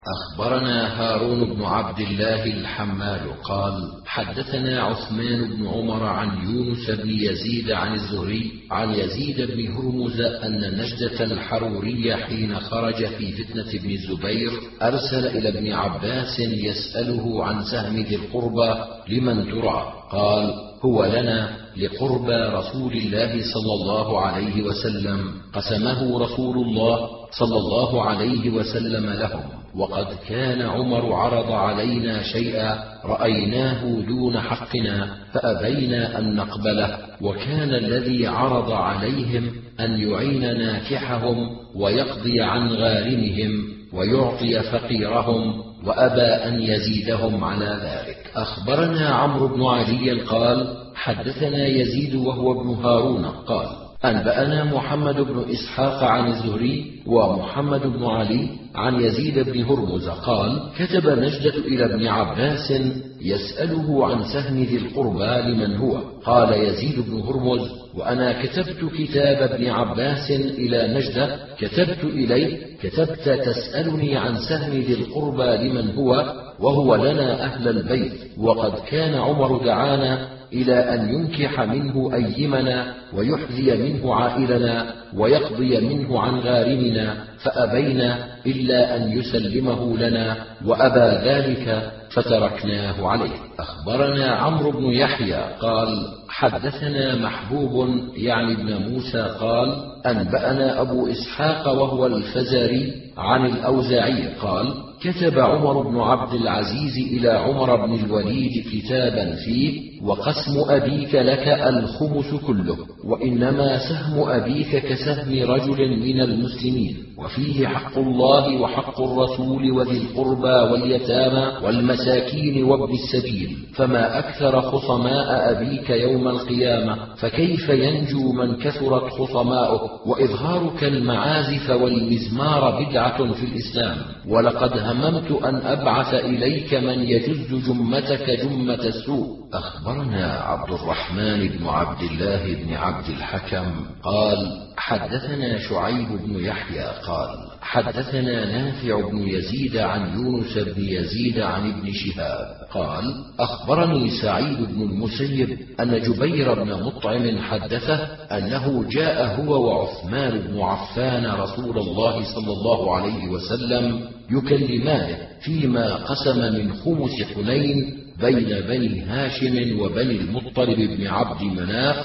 أخبرنا هارون بن عبد الله الحمال قال حدثنا عثمان بن عمر عن يونس بن يزيد عن الزهري عن يزيد بن هرمز أن نجدة الحروري حين خرج في فتنة ابن الزبير أرسل إلى ابن عباس يسأله عن سهم ذي القربى لمن ترى؟ قال هو لنا لقربى رسول الله صلى الله عليه وسلم، قسمه رسول الله صلى الله عليه وسلم لهم، وقد كان عمر عرض علينا شيئا رأيناه دون حقنا فأبينا أن نقبله، وكان الذي عرض عليهم أن يعين ناكحهم ويقضي عن غارمهم ويعطي فقيرهم، وأبى أن يزيدهم على ذلك. أخبرنا عمرو بن علي قال حدثنا يزيد وهو ابن هارون قال أنبأنا محمد بن إسحاق عن الزهري ومحمد بن علي عن يزيد بن هرمز قال كتب نجدة إلى ابن عباس يسأله عن سهم ذي القربى لمن هو؟ قال يزيد بن هرمز وأنا كتبت كتاب ابن عباس إلى نجدة، كتبت إليه كتبت تسألني عن سهم ذي القربى لمن هو، وهو لنا أهل البيت، وقد كان عمر دعانا إلى أن ينكح منه أيمنا ويحذي منه عائلنا ويقضي منه عن غارمنا، فأبينا إلا أن يسلمه لنا، وأبى ذلك فتركناه عليه. أخبرنا عمرو بن يحيى قال حدثنا محبوب يعني ابن موسى قال أنبأنا أبو إسحاق وهو الفزاري عن الأوزاعي قال كتب عمر بن عبد العزيز إلى عمر بن الوليد كتابا فيه وقسم أبيك لك الخمس كله، وإنما سهم أبيك كسهم رجل من المسلمين، وفيه حق الله وحق الرسول وذي القربى واليتامى والمساكين وابن السبيل، فما أكثر خصماء أبيك يوم القيامة، فكيف ينجو من كثرت خصماؤه؟ وإظهارك المعازف والمزمار بدعة في الإسلام، ولقد هممت أن أبعث إليك من يجز جمتك جمة السوء. أخبرنا عبد الرحمن بن عبد الله بن عبد الحكم قال حدثنا شعيب بن يحيى قال حدثنا نافع بن يزيد عن يونس بن يزيد عن ابن شهاب قال أخبرني سعيد بن المسيب أن جبير بن مطعم حدثه أنه جاء هو وعثمان بن عفان رسول الله صلى الله عليه وسلم يكلمانه فيما قسم من خمس حنين بين بني هاشم وبني المطلب بن عبد مناف،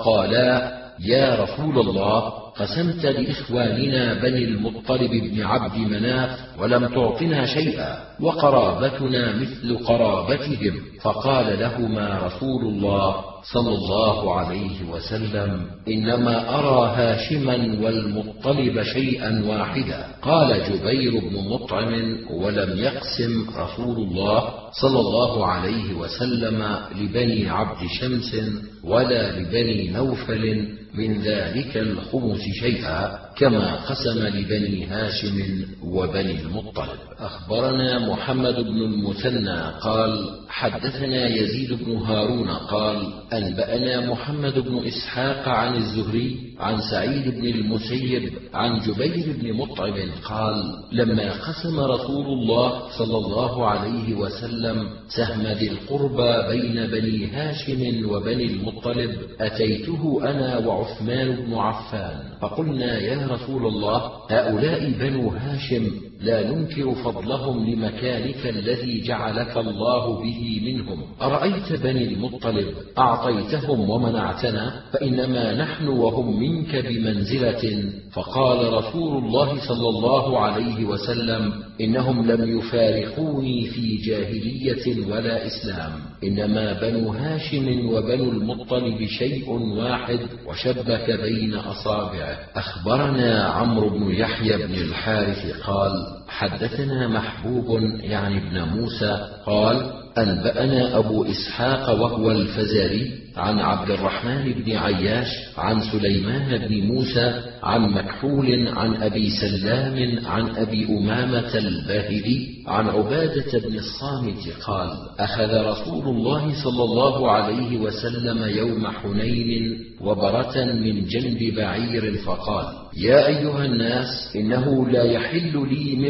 فقالا يا رسول الله قسمت لإخواننا بني المطلب بن عبد مناف ولم تعطنا شيئا، وقرابتنا مثل قرابتهم، فقال لهما رسول الله صلى الله عليه وسلم إنما أرى هاشما والمطلب شيئا واحدا. قال جبير بن مطعم ولم يقسم رسول الله صلى الله عليه وسلم لبني عبد شمس ولا لبني نوفل من ذلك الخمس شيئا كما قسم لبني هاشم وبني المطلب. أخبرنا محمد بن المثنى قال حدثنا يزيد بن هارون قال أنبأنا محمد بن إسحاق عن الزهري عن سعيد بن المسيب عن جبير بن مطعم قال لما قسم رسول الله صلى الله عليه وسلم سهم ذي القربى بين بني هاشم وبني المطلب أتيته أنا وعثمان بن عفان فقلنا يا رسول الله هؤلاء بنو هاشم لا ننكر فضلهم لمكانك الذي جعلك الله به منهم، أرأيت بني المطلب أعطيتهم ومنعتنا، فإنما نحن وهم منك بمنزلة. فقال رسول الله صلى الله عليه وسلم إنهم لم يفارقوني في جاهلية ولا إسلام، إنما بنو هاشم وبنو المطلب شيء واحد وشبك بين أصابعه. أخبرنا عمرو بن يحيى بن الحارث قال حدثنا محبوب يعني ابن موسى قال أنبأنا أبو إسحاق وهو الفزاري عن عبد الرحمن بن عياش عن سليمان بن موسى عن مكحول عن أبي سلام عن أبي أمامة الباهلي عن عبادة بن الصامت قال أخذ رسول الله صلى الله عليه وسلم يوم حنين وبرة من جنب بعير فقال يا أيها الناس إنه لا يحل لي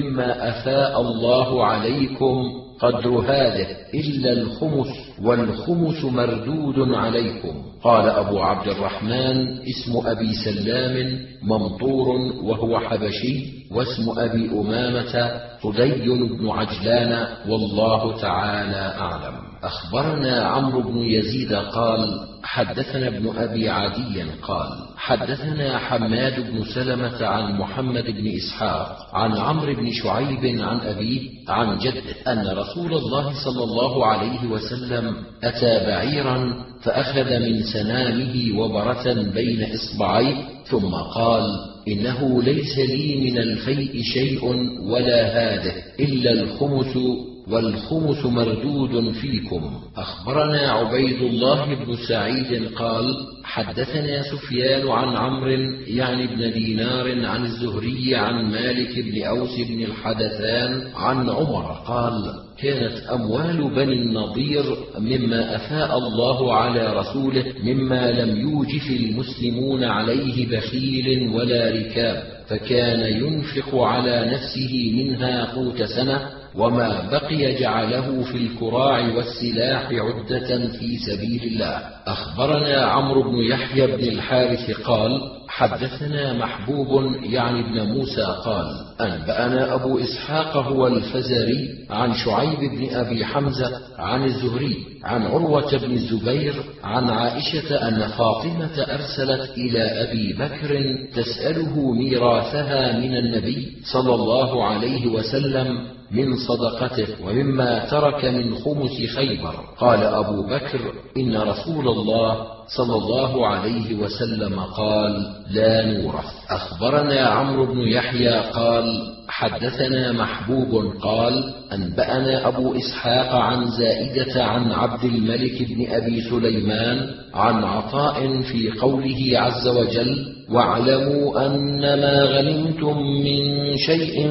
مما أفاء الله عليكم قدر هذه إلا الخمس، والخمس مردود عليكم. قال أبو عبد الرحمن اسم أبي سلام ممطور وهو حبشي، واسم أبي أمامة صدي بن عجلان، والله تعالى أعلم. أخبرنا عمرو بن يزيد قال حدثنا ابن أبي عدي قال حدثنا حماد بن سلمة عن محمد بن إسحاق عن عمرو بن شعيب عن أبيه عن جده أن رسول الله صلى الله عليه وسلم أتى بعيرا فأخذ من سنامه وبرة بين إصبعيه ثم قال إنه ليس لي من الفيء شيء ولا هذه إلا الخمس، والخمس مردود فيكم. أخبرنا عبيد الله بن سعيد قال حدثنا سفيان عن عمرو يعني بن دينار عن الزهري عن مالك بن أوس بن الحدثان عن عمر قال كانت أموال بني النضير مما أفاء الله على رسوله مما لم يوجف المسلمون عليه بخيل ولا ركاب، فكان ينفق على نفسه منها قوت سنة، وما بقي جعله في الكراع والسلاح عدة في سبيل الله. أخبرنا عمرو بن يحيى بن الحارث قال حدثنا محبوب يعني ابن موسى قال أنبأنا أبو إسحاق هو الفزاري عن شعيب بن أبي حمزة عن الزهري عن عروة بن الزبير عن عائشة أن فاطمة أرسلت إلى أبي بكر تسأله ميراثها من النبي صلى الله عليه وسلم من صدقته ومما ترك من خمس خيبر. قال أبو بكر إن رسول الله صلى الله عليه وسلم قال لا نورث. أخبرنا عمرو بن يحيى قال حدثنا محبوب قال أنبأنا أبو إسحاق عن زائدة عن عبد الملك بن أبي سليمان عن عطاء في قوله عز وجل واعلموا أنما غنمتم من شيء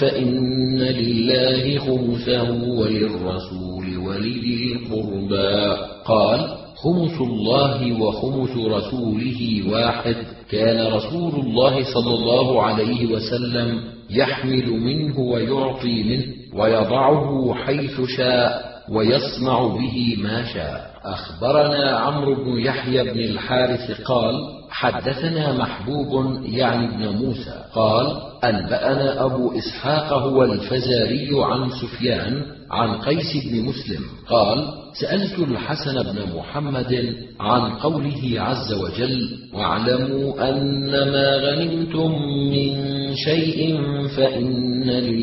فإن لله خمسه وللرسول ولذي القربى. قال خمس الله وخمس رسوله واحد، كان رسول الله صلى الله عليه وسلم يحمل منه ويعطي منه ويضعه حيث شاء ويصنع به ما شاء. أخبرنا عمرو بن يحيى بن الحارث قال حدثنا محبوب يعني ابن موسى قال أنبأنا أبو إسحاق هو الفزاري عن سفيان عن قيس بن مسلم قال سألت الحسن بن محمد عن قوله عز وجل واعلموا أنما غنمتم من شيء فإن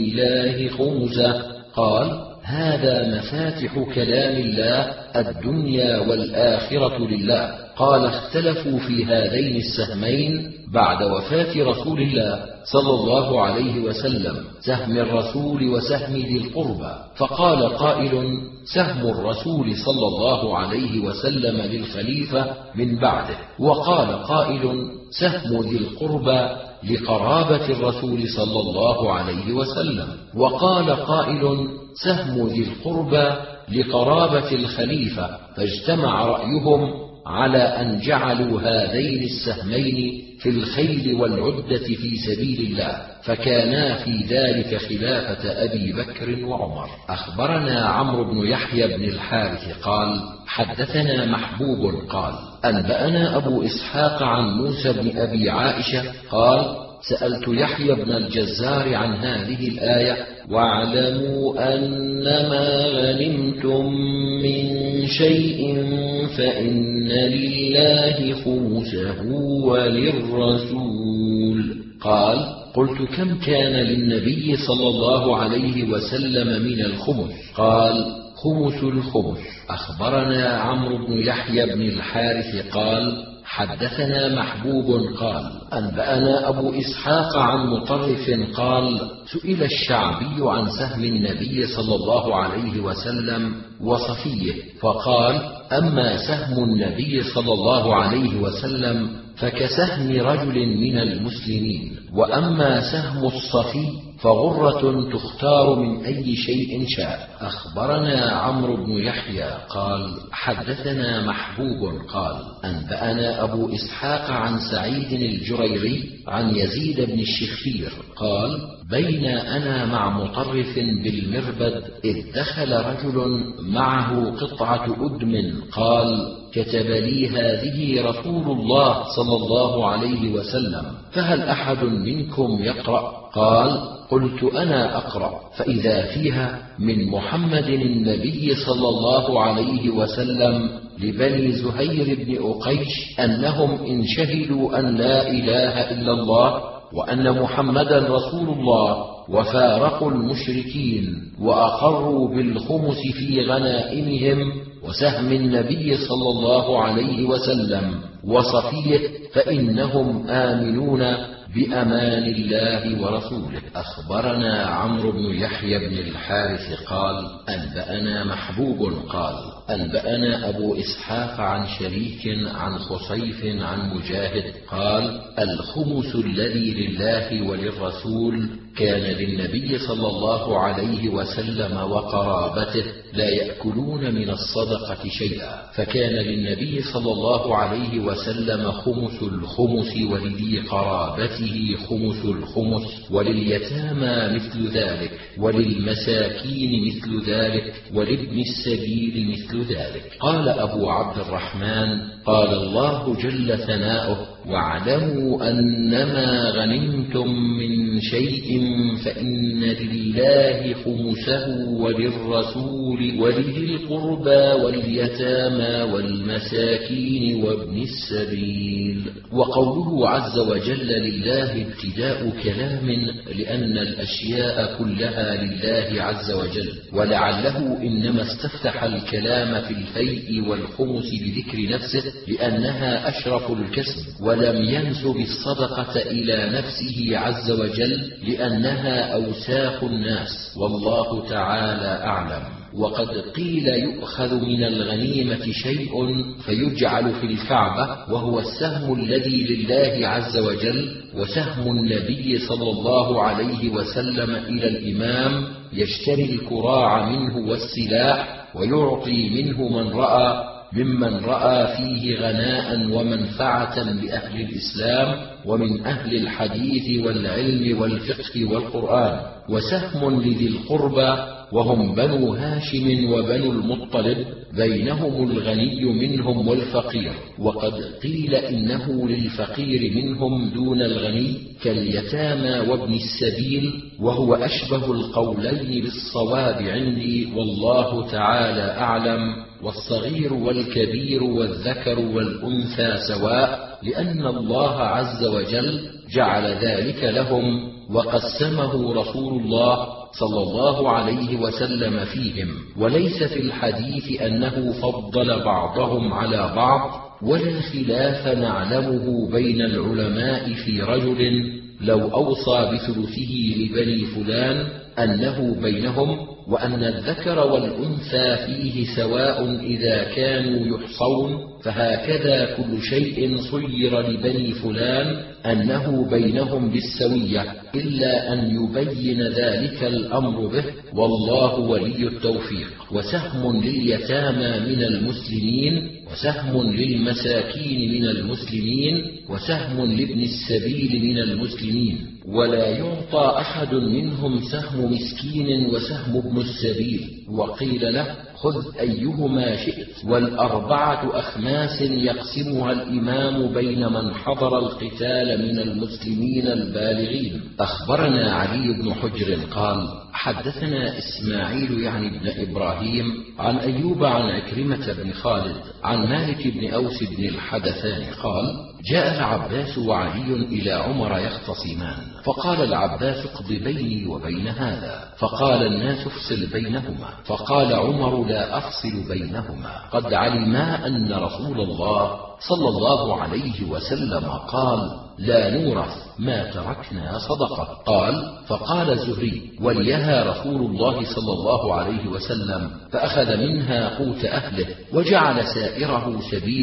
لله خمسه، قال هذا مفاتح كلام الله الدنيا والآخرة لله. قال اختلفوا في هذين السهمين بعد وفاة رسول الله صلى الله عليه وسلم، سهم الرسول وسهم ذي القربى، فقال قائل سهم الرسول صلى الله عليه وسلم للخليفة من بعده، وقال قائل سهم ذي القربى لقرابة الرسول صلى الله عليه وسلم، وقال قائل سهم ذي القربى لقرابة الخليفة، فاجتمع رأيهم على أن جعلوا هذين السهمين في الخيل والعدة في سبيل الله، فكانا في ذلك خلافة أبي بكر وعمر. أخبرنا عمرو بن يحيى بن الحارث قال حدثنا محبوب قال أنبأنا أبو إسحاق عن موسى بن أبي عائشة قال سألت يحيى بن الجزار عن هذه الآية واعلموا أنما غنمتم من شيء فإن لله خمسه وللرسول. قال قلت كم كان للنبي صلى الله عليه وسلم من الخمس؟ قال خمس الخمس. أخبرنا عمرو بن يحيى بن الحارث قال حدثنا محبوب قال أنبأنا أبو إسحاق عن مطرف قال سئل الشعبي عن سهم النبي صلى الله عليه وسلم وصفيه، فقال أما سهم النبي صلى الله عليه وسلم فكسهم رجل من المسلمين، وأما سهم الصفي فغرة تختار من أي شيء شاء. أخبرنا عمرو بن يحيى قال حدثنا محبوب قال أنبأنا أبو إسحاق عن سعيد الجريري عن يزيد بن الشخير قال: بين أنا مع مطرف بالمربد إذ دخل رجل معه قطعة أدم قال: كتب لي هذه رسول الله صلى الله عليه وسلم، فهل أحد منكم يقرأ؟ قال: قلت أنا أقرأ، فإذا فيها: من محمد النبي صلى الله عليه وسلم لبني زهير بن أقيش أنهم إن شهدوا أن لا إله إلا الله وأن محمدا رسول الله وفارقوا المشركين وأقروا بالخمس في غنائمهم وسهم النبي صلى الله عليه وسلم وصفيه فإنهم آمنون بأمان الله ورسوله. أخبرنا عمرو بن يحيى بن الحارث قال: أنبأنا محبوب قال: أنبأنا أبو إسحاق عن شريك عن خصيف عن مجاهد قال: الخمس الذي لله وللرسول كان للنبي صلى الله عليه وسلم وقرابته لا يأكلون من الصدقة شيئا، فكان للنبي صلى الله عليه وسلم خمس الخمس ولذي قرابته خمس الخمس ولليتامى مثل ذلك وللمساكين مثل ذلك ولابن السبيل مثل ذلك. قال أبو عبد الرحمن: قال الله جل ثناؤه: واعلموا أنما غنمتم من شيء فإن لله خمسه وللرسول ولذي القربى واليتامى والمساكين وابن السبيل. وقوله عز وجل لله ابتداء كلام، لأن الأشياء كلها لله عز وجل، ولعله إنما استفتح الكلام في الفيء والخمس بذكر نفسه لأنها أشرف الكسب، ولم ينسب الصدقة إلى نفسه عز وجل لأنها أوساخ الناس، والله تعالى أعلم. وقد قيل يؤخذ من الغنيمة شيء فيجعل في الكعبة، وهو السهم الذي لله عز وجل، وسهم النبي صلى الله عليه وسلم إلى الإمام يشتري الكراع منه والسلاح ويعطي منه ممن رأى فيه غناء ومنفعة لأهل الإسلام ومن أهل الحديث والعلم والفقه والقرآن. وسهم لذي القربى وهم بنو هاشم وبنو المطلب، بينهم الغني منهم والفقير. وقد قيل إنه للفقير منهم دون الغني كاليتامى وابن السبيل، وهو أشبه القولين بالصواب عندي، والله تعالى أعلم. والصغير والكبير والذكر والأنثى سواء، لأن الله عز وجل جعل ذلك لهم وقسمه رسول الله صلى الله عليه وسلم فيهم. وليس في الحديث أنه فضل بعضهم على بعض، ولا خلاف نعلمه بين العلماء في رجل لو أوصى بثلثه لبني فلان أنه بينهم، وأن الذكر والأنثى فيه سواء إذا كانوا يحصون، فهكذا كل شيء صير لبني فلان أنه بينهم بالسوية، إلا أن يبين ذلك الأمر به، والله ولي التوفيق. وسهم لليتامى من المسلمين، وسهم للمساكين من المسلمين، وسهم لابن السبيل من المسلمين. ولا يعطى أحد منهم سهم مسكين وسهم ابن السبيل. وقيل له: خذ أيهما شئت. والأربعة أخماس يقسمها الإمام بين من حضر القتال من المسلمين البالغين. أخبرنا علي بن حجر قال: حدثنا إسماعيل يعني بن إبراهيم عن أيوب عن عكرمة بن خالد عن مالك بن أوس بن الحدثان قال: جاء العباس وعلي إلى عمر يختصمان، فقال العباس: اقض بيني وبين هذا. فقال الناس: افصل بينهما. فقال عمر: لا أفصل بينهما، قد علما أن رسول الله صلى الله عليه وسلم قال: لا نورث ما تركنا صدقة. قال: فقال الزهري: وليها رسول الله صلى الله عليه وسلم، فأخذ منها قوت أهله وجعل سائره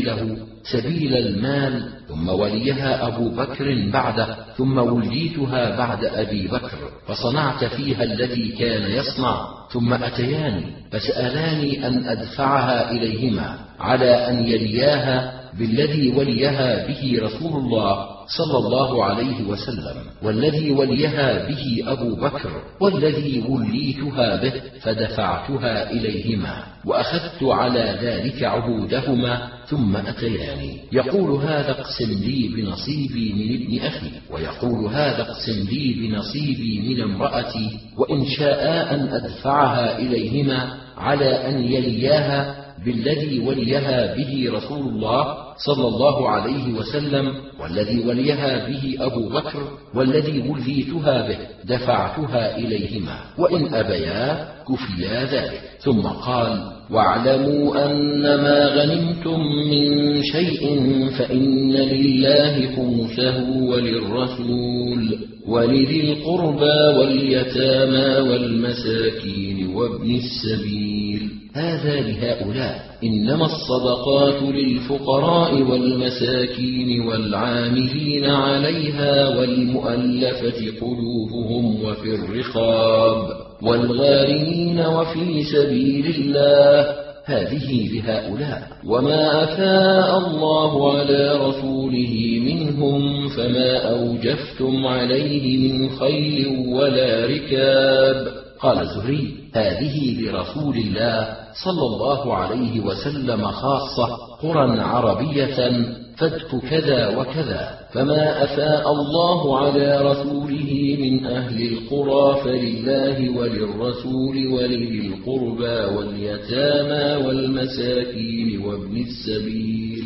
سبيل المال، ثم وليها أبو بكر بعده، ثم وليتها بعد أبي بكر، فصنعت فيها الذي كان يصنع. ثم أتياني فسألاني أن أدفعها إليهما على أن يلياها بالذي وليها به رسول الله صلى الله عليه وسلم، والذي وليها به أبو بكر، والذي وليتها به فدفعتها إليهما، وأخذت على ذلك عهودهما، ثم أتياني يقول هذا اقسم لي بنصيبي من ابن أخي، ويقول هذا اقسم لي بنصيبي من امرأتي، وإن شاء أن أدفعها إليهما على أن يلياها بالذي وليها به رسول الله صلى الله عليه وسلم، والذي وليها به أبو بكر، والذي وليتها به دفعتها إليهما، وإن أبيا كفيا ذلك. ثم قال: واعلموا أن ما غنمتم من شيء فإن لله خمسه وللرسول ولذي القربى واليتامى والمساكين وابن السبيل. هذا لهؤلاء، إنما الصدقات للفقراء والمساكين والعاملين عليها والمؤلفة قلوبهم وفي الرقاب والغارمين وفي سبيل الله. هذه لهؤلاء. وما أفاء الله على رسوله منهم فما أوجفتم عليه من خيل ولا ركاب. قال الزهري: هذه لرسول الله صلى الله عليه وسلم خاصة، قرى عربية فدك كذا وكذا، فما أفاء الله على رسوله من أهل القرى فلله وللرسول ولذي القربى واليتامى والمساكين وابن السبيل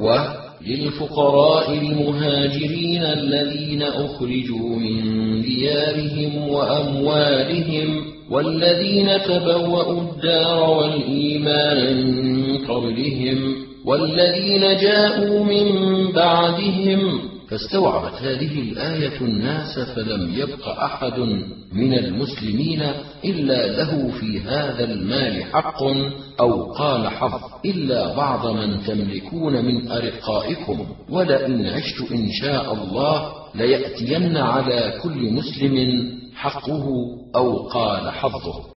وللفقراء المهاجرين الذين أخرجوا من ديارهم وأموالهم والذين تبوأوا الدار والإيمان من قبلهم والذين جاءوا من بعدهم. فاستوعبت هذه الآية الناس، فلم يبق أحد من المسلمين إلا له في هذا المال حق أو قال حظ، إلا بعض من تملكون من أرقائكم، ولئن عشت إن شاء الله ليأتين على كل مسلم حقه أو قال حظه.